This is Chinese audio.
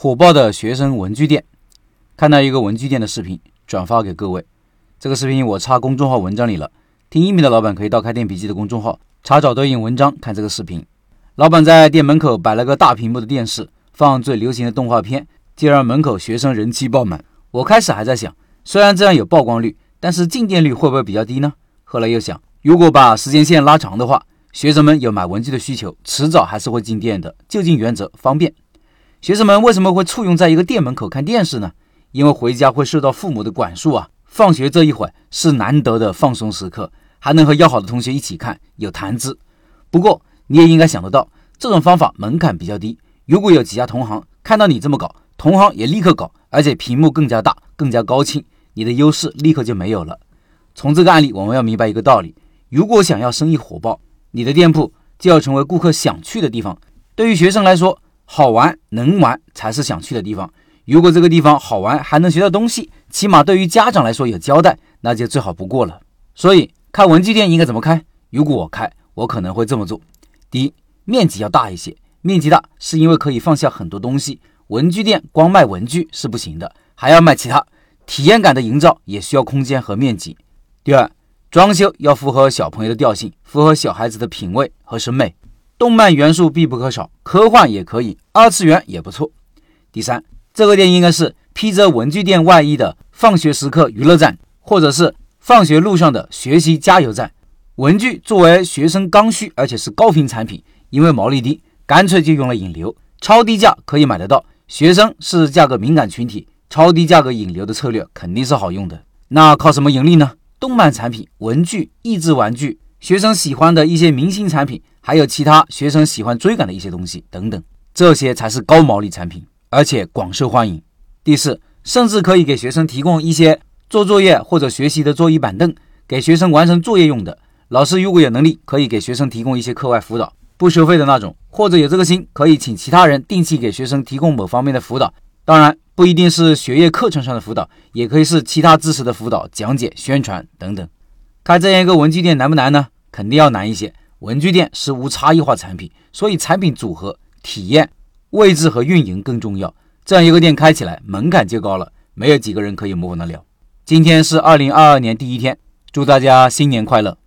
火爆的学生文具店。看到一个文具店的视频，转发给各位。这个视频我插公众号文章里了，听音频的老板可以到开店笔记的公众号查找对应文章看这个视频。老板在店门口摆了个大屏幕的电视，放最流行的动画片，竟让门口学生人气爆满。我开始还在想，虽然这样有曝光率，但是进店率会不会比较低呢？后来又想，如果把时间线拉长的话，学生们有买文具的需求，迟早还是会进店的，就近原则，方便。学生们为什么会簇拥在一个店门口看电视呢？因为回家会受到父母的管束啊，放学这一会儿是难得的放松时刻，还能和要好的同学一起看，有谈资。不过你也应该想得到，这种方法门槛比较低，如果有几家同行看到你这么搞，同行也立刻搞，而且屏幕更加大，更加高清，你的优势立刻就没有了。从这个案例我们要明白一个道理，如果想要生意火爆，你的店铺就要成为顾客想去的地方。对于学生来说，好玩能玩才是想去的地方，如果这个地方好玩还能学到东西，起码对于家长来说有交代，那就最好不过了。所以开文具店应该怎么开？如果我开，我可能会这么做。第一，面积要大一些，面积大是因为可以放下很多东西，文具店光卖文具是不行的，还要卖其他，体验感的营造也需要空间和面积。第二，装修要符合小朋友的调性，符合小孩子的品味和审美，动漫元素必不可少，科幻也可以，二次元也不错。第三，这个店应该是披着文具店外衣的放学时刻娱乐站，或者是放学路上的学习加油站。文具作为学生刚需，而且是高频产品，因为毛利低，干脆就用来引流，超低价可以买得到，学生是价格敏感群体，超低价格引流的策略肯定是好用的。那靠什么盈利呢？动漫产品、文具、益智玩具，学生喜欢的一些明星产品，还有其他学生喜欢追赶的一些东西等等，这些才是高毛利产品，而且广受欢迎。第四，甚至可以给学生提供一些做作业或者学习的桌椅板凳，给学生完成作业用的。老师如果有能力，可以给学生提供一些课外辅导，不收费的那种，或者有这个心，可以请其他人定期给学生提供某方面的辅导。当然不一定是学业课程上的辅导，也可以是其他知识的辅导、讲解、宣传等等。开这样一个文具店难不难呢？肯定要难一些。文具店是无差异化产品，所以产品组合、体验、位置和运营更重要。这样一个店开起来门槛就高了，没有几个人可以模仿得了。今天是2022年第一天，祝大家新年快乐。